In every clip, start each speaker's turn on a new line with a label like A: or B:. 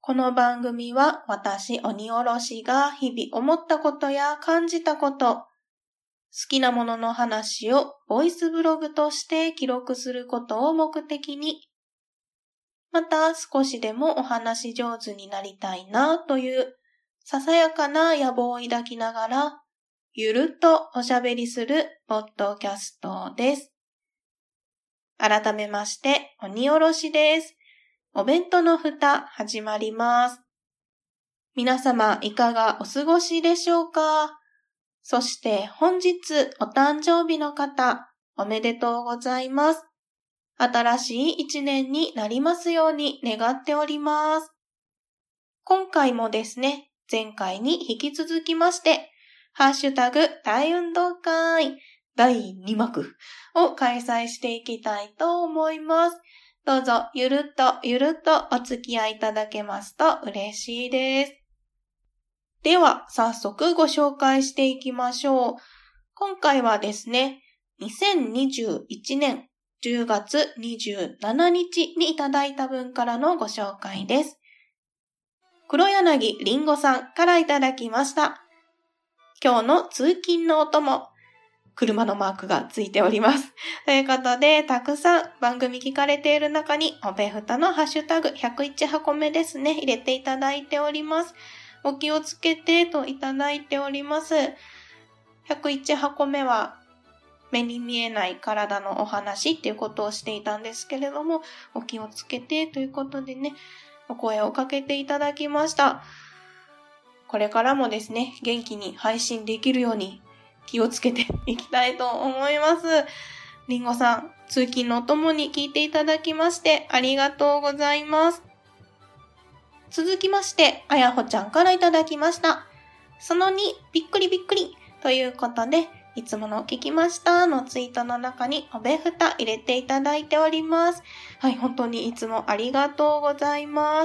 A: この番組は私、鬼おろしが日々思ったことや感じたこと、好きなものの話をボイスブログとして記録することを目的に、また少しでもお話上手になりたいなというささやかな野望を抱きながら、ゆるっとおしゃべりするポッドキャストです。改めまして、鬼おろしです。お弁当の蓋始まります。皆様いかがお過ごしでしょうか？そして本日お誕生日の方、おめでとうございます。新しい一年になりますように願っております。今回もですね、前回に引き続きまして、ハッシュタグ大運動会第2幕を開催していきたいと思います。どうぞゆるっとお付き合いいただけますと嬉しいです。では早速ご紹介していきましょう。今回はですね、2021年10月27日にいただいた分からのご紹介です。黒柳りんごさんからいただきました。今日の通勤のお供、車のマークがついております。ということで、たくさん番組聞かれている中に、おべふたのハッシュタグ101箱目ですね、入れていただいております。お気をつけてといただいております。101箱目は、目に見えない体のお話っていうことをしていたんですけれども、お気をつけてということでね、お声をかけていただきました。これからもですね、元気に配信できるように気をつけていきたいと思います。りんごさん、通勤のお供に聞いていただきましてありがとうございます。続きまして、あやほちゃんからいただきました。その2、びっくりということで、いつもの聞きましたのツイートの中におべふた入れていただいております。はい、本当にいつもありがとうございます。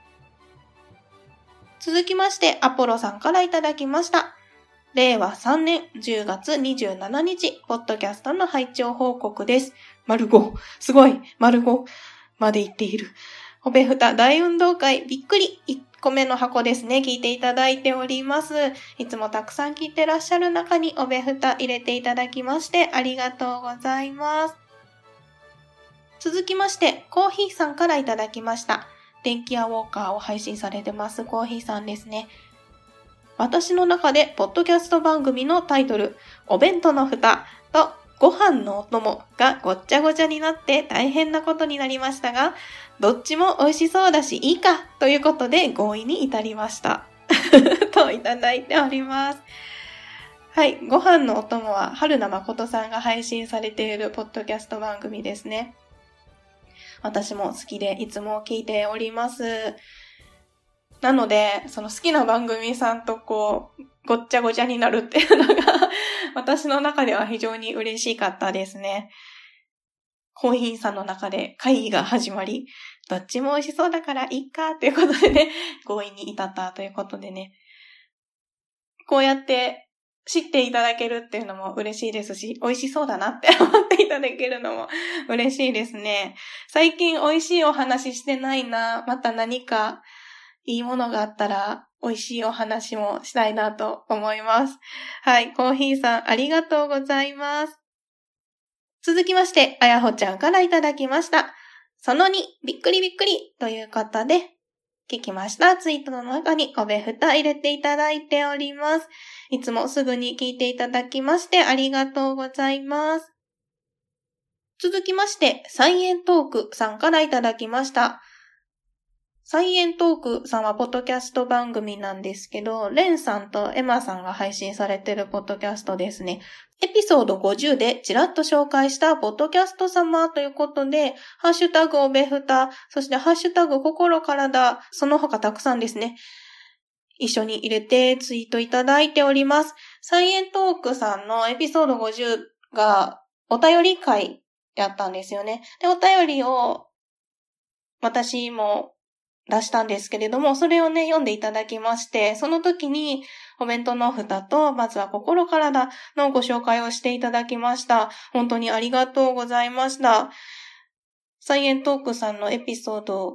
A: 続きまして、アポロさんからいただきました。令和3年10月27日、ポッドキャストの拝聴報告です。丸5。すごい。丸5まで言っている。おべふた大運動会びっくり。1個目の箱ですね。聞いていただいております。いつもたくさん聞いてらっしゃる中におべふた入れていただきましてありがとうございます。続きまして、コーヒーさんからいただきました。電気屋ウォーカーを配信されてますコーヒーさんですね。私の中でポッドキャスト番組のタイトル、お弁当の蓋とご飯のお供がごっちゃごちゃになって大変なことになりましたが、どっちも美味しそうだしいいかということで合意に至りました。といただいております。はい、ご飯のお供は春名誠さんが配信されているポッドキャスト番組ですね。私も好きでいつも聞いております。なので、その好きな番組さんとごっちゃごちゃになるっていうのが私の中では非常に嬉しかったですね。コーヒーさんの中で会議が始まり、どっちも美味しそうだからいいかということでね、合意に至ったということでね。こうやって知っていただけるっていうのも嬉しいですし、美味しそうだなって思っていただけるのも嬉しいですね。最近美味しいお話してないな。また何かいいものがあったら美味しいお話もしたいなと思います。はい、コーヒーさんありがとうございます。続きまして、あやほちゃんからいただきました。その2、びっくりということで、聞きました。ツイートの中におべふた入れていただいております。いつもすぐに聞いていただきましてありがとうございます。続きまして、サイエントークさんからいただきました。サイエントークさんはポッドキャスト番組なんですけど、レンさんとエマさんが配信されているポッドキャストですね。エピソード50でちらっと紹介したポッドキャスト様ということで、ハッシュタグおべふた、そしてハッシュタグ心体、その他たくさんですね。一緒に入れてツイートいただいております。サイエントークさんのエピソード50がお便り会やったんですよね。で、お便りを私も出したんですけれども、それをね、読んでいただきまして、その時にお弁当の蓋と、まずは心体のご紹介をしていただきました。本当にありがとうございました。サイエントークさんのエピソード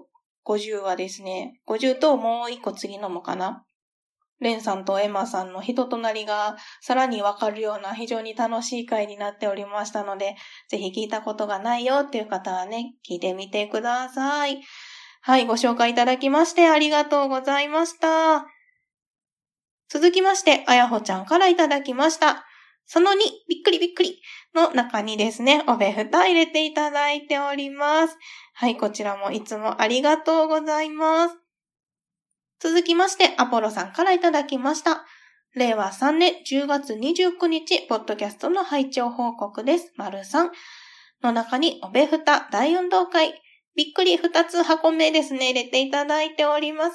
A: 50はですね、50ともう一個次のもかな。レンさんとエマさんの人となりがさらにわかるような非常に楽しい回になっておりましたので、ぜひ聞いたことがないよっていう方はね、聞いてみてください。はい、ご紹介いただきましてありがとうございました。続きまして、あやほちゃんからいただきました。その2、びっくりびっくりの中にですね、おべふた入れていただいております。はい、こちらもいつもありがとうございます。続きまして、アポロさんからいただきました。令和3年10月29日、ポッドキャストの拝聴報告です。3の中に、おべふた大運動会、びっくり2つ箱目ですね、入れていただいております。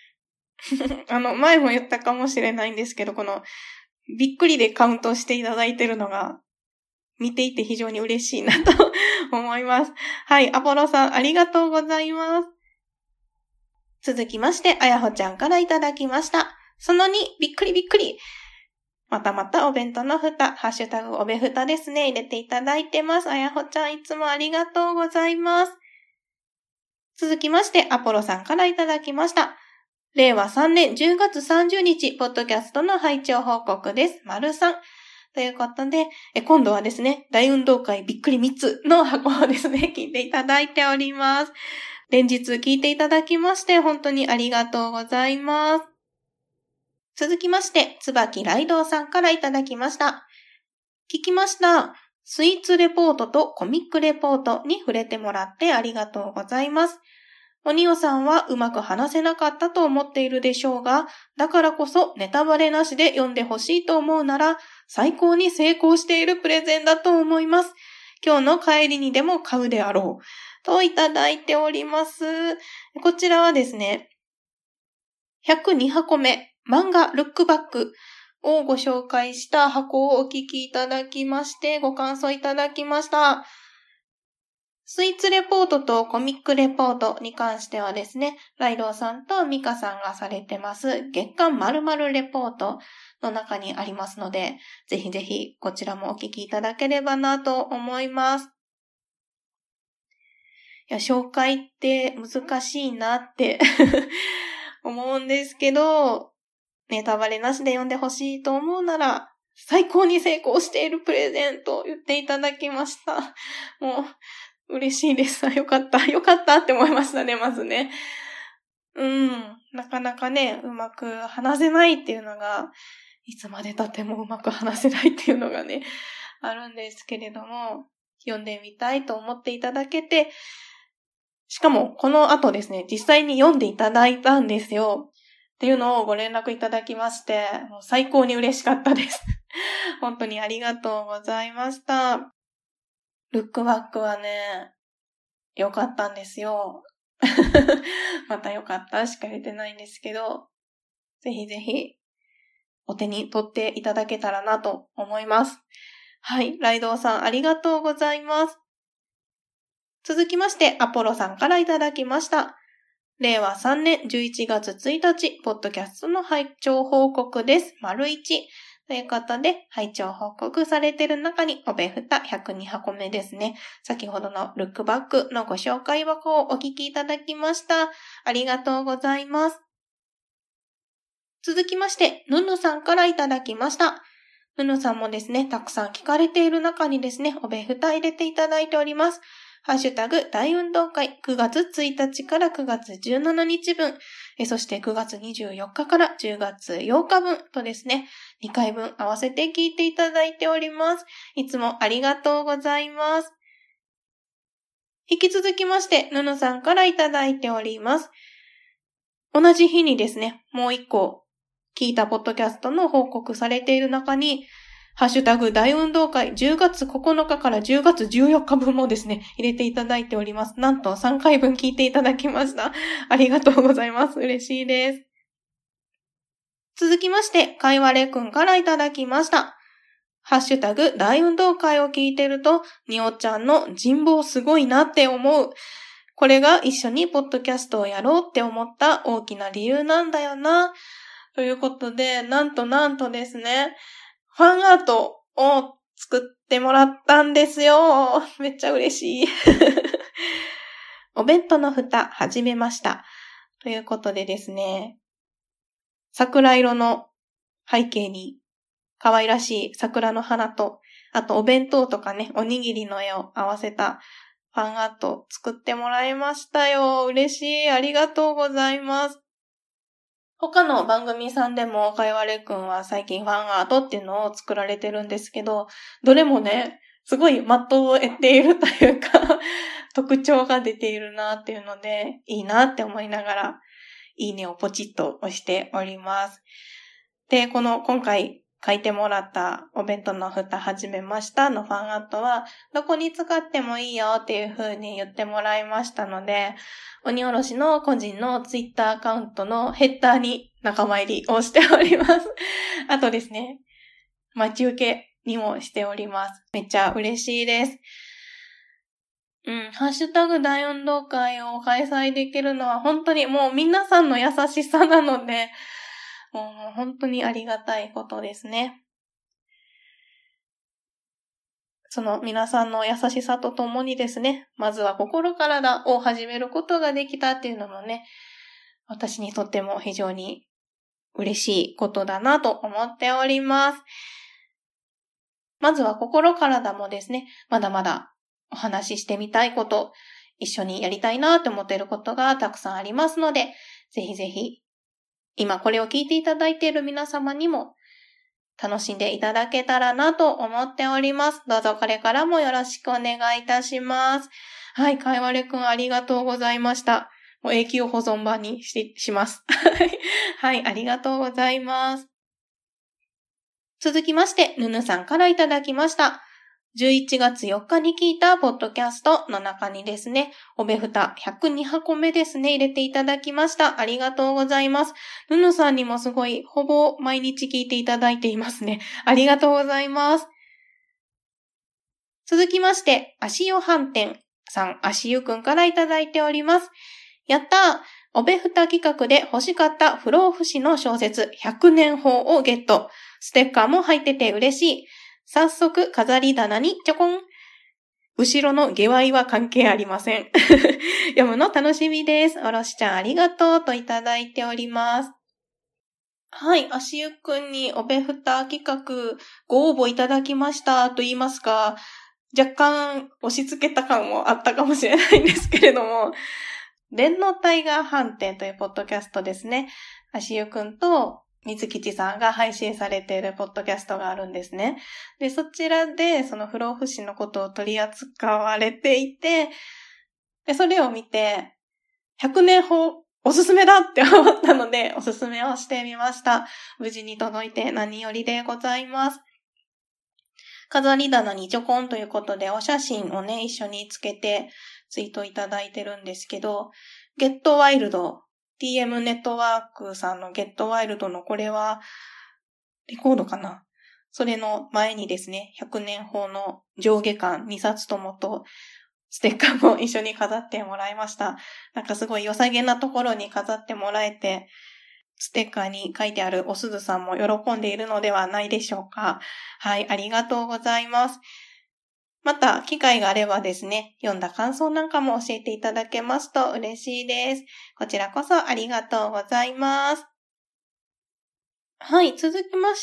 A: 前も言ったかもしれないんですけど、この、びっくりでカウントしていただいているのが、見ていて非常に嬉しいなと思います。はい、アポロさんありがとうございます。続きまして、あやほちゃんからいただきました。その2、びっくりびっくり。またまたお弁当の蓋、ハッシュタグおべふたですね、入れていただいてます。あやほちゃんいつもありがとうございます。続きまして、アポロさんからいただきました。令和3年10月30日、ポッドキャストの拝聴報告です。3ということで、今度はですね、大運動会びっくり3つの箱をですね、聞いていただいております。連日聞いていただきまして、本当にありがとうございます。続きまして、つばきらいどうさんからいただきました。聞きました。スイーツレポートとコミックレポートに触れてもらってありがとうございます。おにおさんはうまく話せなかったと思っているでしょうが、だからこそネタバレなしで読んでほしいと思うなら、最高に成功しているプレゼンだと思います。今日の帰りにでも買うであろう。といただいております。こちらはですね、102箱目、漫画ルックバックをご紹介した箱をお聞きいただきまして、ご感想いただきました。スイーツレポートとコミックレポートに関してはですね、ライドウさんとミカさんがされてます月刊〇〇レポートの中にありますので、ぜひぜひこちらもお聞きいただければなと思います。いや、紹介って難しいなって思うんですけど、ネタバレなしで読んでほしいと思うなら、最高に成功しているプレゼントを言っていただきました。もう、嬉しいです。よかった。よかったって思いましたね、まずね。なかなかね、うまく話せないっていうのが、いつまで経ってもうまく話せないっていうのがね、あるんですけれども、読んでみたいと思っていただけて、しかも、この後ですね、実際に読んでいただいたんですよ。っていうのをご連絡いただきまして、もう最高に嬉しかったです。本当にありがとうございました。ルックバックはね、良かったんですよ。また良かったしか言ってないんですけど、ぜひぜひお手に取っていただけたらなと思います。はい、ライドウさんありがとうございます。続きまして、アポロさんからいただきました。令和3年11月1日、ポッドキャストの拝聴報告です。1ということで、拝聴報告されている中に、おべふた102箱目ですね。先ほどのルックバックのご紹介箱をお聞きいただきました。ありがとうございます。続きまして、ヌヌさんからいただきました。ヌヌさんもですね、たくさん聞かれている中にですね、おべふた入れていただいております。ハッシュタグ大運動会9月1日から9月17日分、そして9月24日から10月8日分とですね、2回分合わせて聞いていただいております。いつもありがとうございます。引き続きまして、ヌヌさんからいただいております。同じ日にですね、もう一個聞いたポッドキャストの報告されている中に、ハッシュタグ大運動会10月9日から10月14日分もですね、入れていただいております。なんと3回分聞いていただきました。ありがとうございます。嬉しいです。続きまして、かいわれくんからいただきました。ハッシュタグ大運動会を聞いてると、におちゃんの人望すごいなって思う。これが一緒にポッドキャストをやろうって思った大きな理由なんだよな。ということで、なんとですね、ファンアートを作ってもらったんですよ。めっちゃ嬉しい。 お弁当の蓋始めました。ということでですね、桜色の背景に可愛らしい桜の花と、あとお弁当とかね、おにぎりの絵を合わせたファンアート作ってもらいましたよ。嬉しい。ありがとうございます。他の番組さんでもかいわれくんは最近ファンアートっていうのを作られてるんですけど、どれもね、すごい的を得ているというか、特徴が出ているなっていうので、いいなって思いながら、いいねをポチッと押しております。で、今回書いてもらったお弁当の蓋始めましたのファンアートは、どこに使ってもいいよっていう風に言ってもらいましたので、鬼おろしの個人のツイッターアカウントのヘッダーに仲間入りをしております。あとですね、待ち受けにもしております。めっちゃ嬉しいです。ハッシュタグ大運動会を開催できるのは本当にもう皆さんの優しさなので、もう本当にありがたいことですね。その皆さんの優しさとともにですね、まずは心からだを始めることができたっていうのもね、私にとっても非常に嬉しいことだなと思っております。まずは心からだもですね、まだまだお話ししてみたいこと、一緒にやりたいなと思っていることがたくさんありますので、ぜひぜひ、今これを聞いていただいている皆様にも楽しんでいただけたらなと思っております。どうぞこれからもよろしくお願いいたします。はい、かいわれくんありがとうございました。もう永久保存版にします。はい、ありがとうございます。続きまして、ぬぬさんからいただきました。11月4日に聞いたポッドキャストの中にですね、おべふた102箱目ですね、入れていただきました。ありがとうございます。ぬぬさんにもすごい、ほぼ毎日聞いていただいていますね。ありがとうございます。続きまして、足湯飯店さん、足湯くんからいただいております。やったー！おべふた企画で欲しかった不老不死の小説100年法をゲット。ステッカーも入ってて嬉しい。早速飾り棚にちょこん。後ろの下界は関係ありません。読むの楽しみです。おろしちゃんありがとうといただいております。はい、足湯くんにおべふた企画ご応募いただきましたと言いますか、若干押し付けた感もあったかもしれないんですけれども、電脳タイガー飯店というポッドキャストですね。足湯くんと水吉さんが配信されているポッドキャストがあるんですね。で、そちらでその不老不死のことを取り扱われていて、で、それを見て、100年法おすすめだって思ったので、おすすめをしてみました。無事に届いて何よりでございます。飾り棚にちょこんということで、お写真をね、一緒につけてツイートいただいてるんですけど、ゲットワイルド、TM ネットワークさんのゲットワイルドのこれは、レコードかな？それの前にですね、100年法の上下巻2冊ともと、ステッカーも一緒に飾ってもらいました。なんかすごい良さげなところに飾ってもらえて、ステッカーに書いてあるおすずさんも喜んでいるのではないでしょうか。はい、ありがとうございます。また、機会があればですね、読んだ感想なんかも教えていただけますと嬉しいです。こちらこそありがとうございます。はい、続きまして、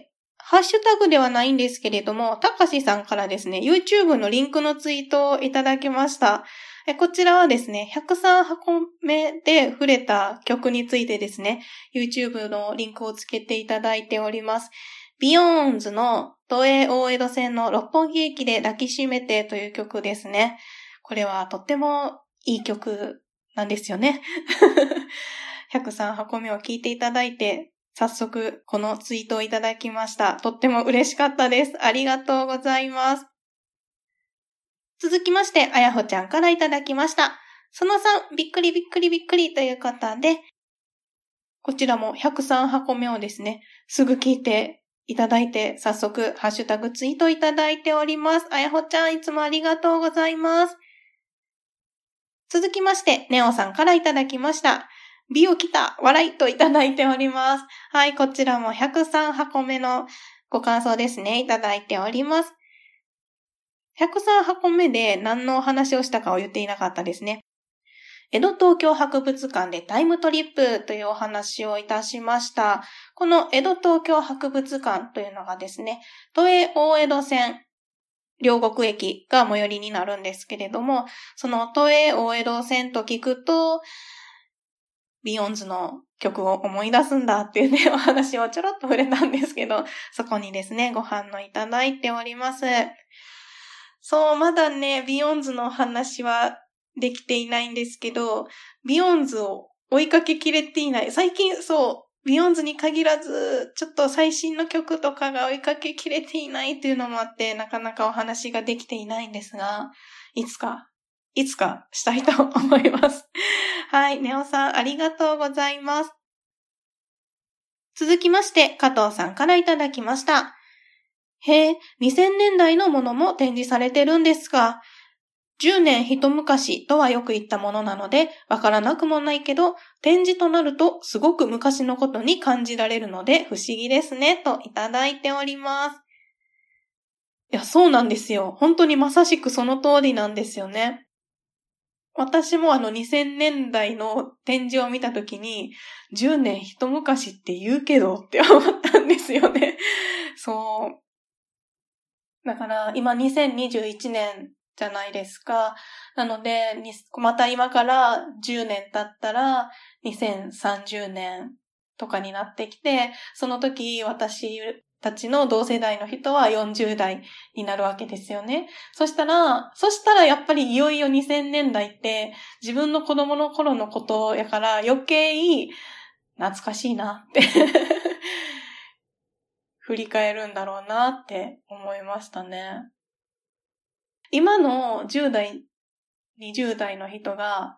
A: ハッシュタグではないんですけれども、たかしさんからですね、YouTube のリンクのツイートをいただきました。こちらはですね、103箱目で触れた曲についてですね、YouTube のリンクをつけていただいております。ビヨーンズの都営大江戸線の六本木駅で抱きしめてという曲ですね。これはとってもいい曲なんですよね。103箱目を聞いていただいて、早速このツイートをいただきました。とっても嬉しかったです。ありがとうございます。続きまして、あやほちゃんからいただきました。その3、びっくりびっくりびっくりという方で、こちらも103箱目をですね、すぐ聞いていただいて、早速、ハッシュタグツイートいただいております。あやほちゃん、いつもありがとうございます。続きまして、ネオさんからいただきました。美を来た笑いといただいております。はい、こちらも103箱目のご感想ですね、いただいております。103箱目で何のお話をしたかを言っていなかったですね。 江戸東京博物館でタイムトリップというお話をいたしました。この江戸東京博物館というのがですね、都営大江戸線両国駅が最寄りになるんですけれども、その都営大江戸線と聞くと、ビヨンズの曲を思い出すんだっていうね、お話をちょろっと触れたんですけど、そこにですね、ご反応いただいております。そう、まだね、ビヨンズの話はできていないんですけど、ビヨンズを追いかけきれていない。最近、そう、ビヨンズに限らず、ちょっと最新の曲とかが追いかけきれていないというのもあって、なかなかお話ができていないんですが、いつかしたいと思います。はい、ネオさんありがとうございます。続きまして、加藤さんからいただきました。へえ、2000年代のものも展示されてるんですが、10年一昔とはよく言ったものなので、わからなくもないけど、展示となるとすごく昔のことに感じられるので不思議ですね、といただいております。いや、そうなんですよ。本当にまさしくその通りなんですよね。私も2000年代の展示を見たときに、10年一昔って言うけどって思ったんですよね。そう。だから今2021年じゃないですか。なので、また今から10年経ったら2030年とかになってきて、その時私たちの同世代の人は40代になるわけですよね。そしたらやっぱりいよいよ2000年代って自分の子供の頃のことやから余計懐かしいなって振り返るんだろうなって思いましたね。今の10代、20代の人が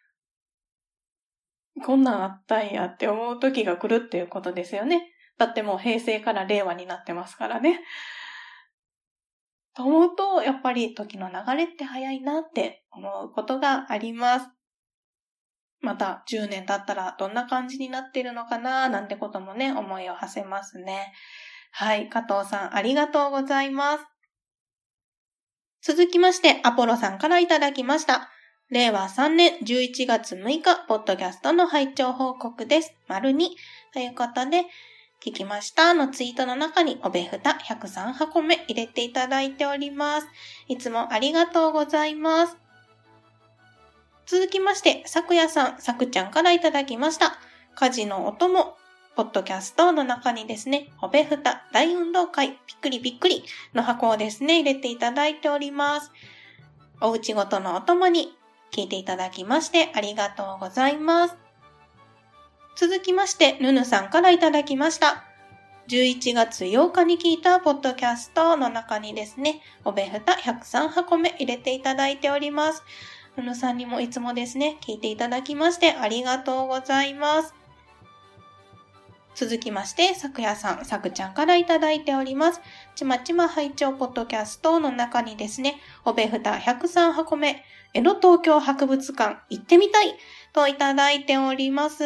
A: こんなんあったんやって思う時が来るっていうことですよね。だってもう平成から令和になってますからね。と思うと、やっぱり時の流れって早いなって思うことがあります。また10年経ったらどんな感じになっているのかななんてこともね、思いを馳せますね。はい、加藤さんありがとうございます。続きまして、アポロさんからいただきました。令和3年11月6日、ポッドキャストの拝聴報告です。2ということで、聞きましたのツイートの中におべふた103箱目入れていただいております。いつもありがとうございます。続きまして、さくやさん、さくちゃんからいただきました。家事のお供、ポッドキャストの中にですね、おべふた大運動会、びっくりびっくりの箱をですね、入れていただいております。おうちごとのお供に聞いていただきましてありがとうございます。続きまして、ぬぬさんからいただきました。11月8日に聞いたポッドキャストの中にですね、おべふた103箱目入れていただいております。ぬぬさんにもいつもですね、聞いていただきましてありがとうございます。続きまして、さくやさん、さくちゃんからいただいております。ちまちま拝聴ポッドキャストの中にですね、おべふた103箱目、江戸東京博物館行ってみたいといただいております。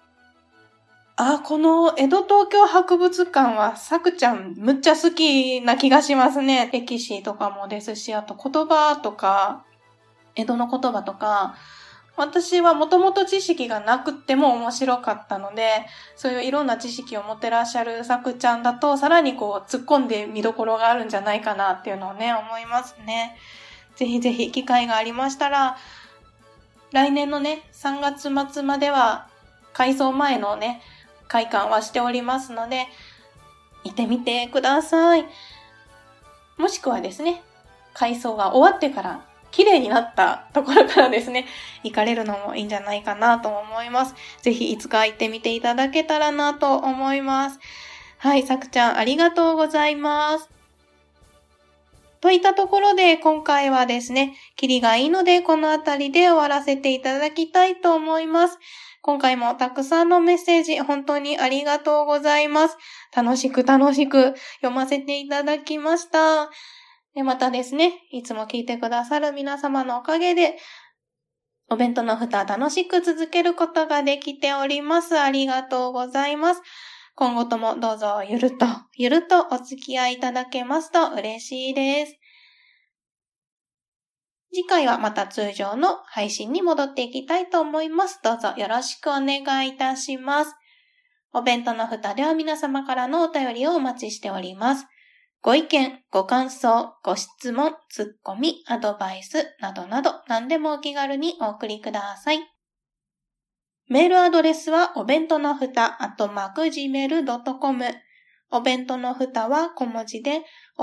A: この江戸東京博物館はさくちゃんむっちゃ好きな気がしますね。歴史とかもですし、あと言葉とか、江戸の言葉とか、私はもともと知識がなくっても面白かったので、そういういろんな知識を持ってらっしゃるさくちゃんだと、さらに突っ込んで見どころがあるんじゃないかなっていうのをね、思いますね。ぜひぜひ機会がありましたら、来年のね、3月末までは、改装前のね、開館はしておりますので、行ってみてください。もしくはですね、改装が終わってから、綺麗になったところからですね、行かれるのもいいんじゃないかなと思います。ぜひいつか行ってみていただけたらなと思います。はい、さくちゃんありがとうございます。といったところで今回はですね、キリがいいのでこのあたりで終わらせていただきたいと思います。今回もたくさんのメッセージ本当にありがとうございます。楽しく読ませていただきました。で、またですね、いつも聞いてくださる皆様のおかげで、お弁当の蓋楽しく続けることができております。ありがとうございます。今後ともどうぞゆるっとお付き合いいただけますと嬉しいです。 次回はまた通常の配信に戻っていきたいと思います。どうぞよろしくお願いいたします。お弁当の蓋では皆様からのお便りをお待ちしております。ご意見、ご感想、ご質問、ツッコミ、アドバイスなどなど何でもお気軽にお送りください。メールアドレスはお弁当のふた@gmail.com。お弁当のふたは小文字で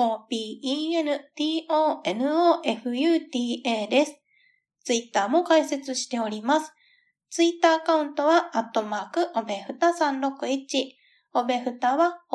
A: OBENTONOFUTA です。ツイッターも開設しております。ツイッターアカウントはおべふた361。おべふたは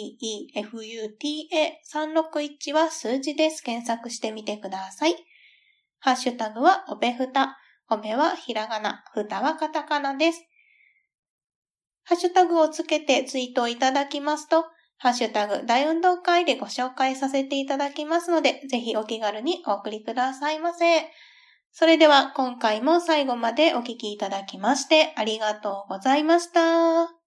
A: OBEFUTA361 は数字です。検索してみてください。ハッシュタグはおべふた。おべはひらがな、ふたはカタカナです。ハッシュタグをつけてツイートをいただきますと、ハッシュタグ大運動会でご紹介させていただきますので、ぜひお気軽にお送りくださいませ。それでは今回も最後までお聞きいただきましてありがとうございました。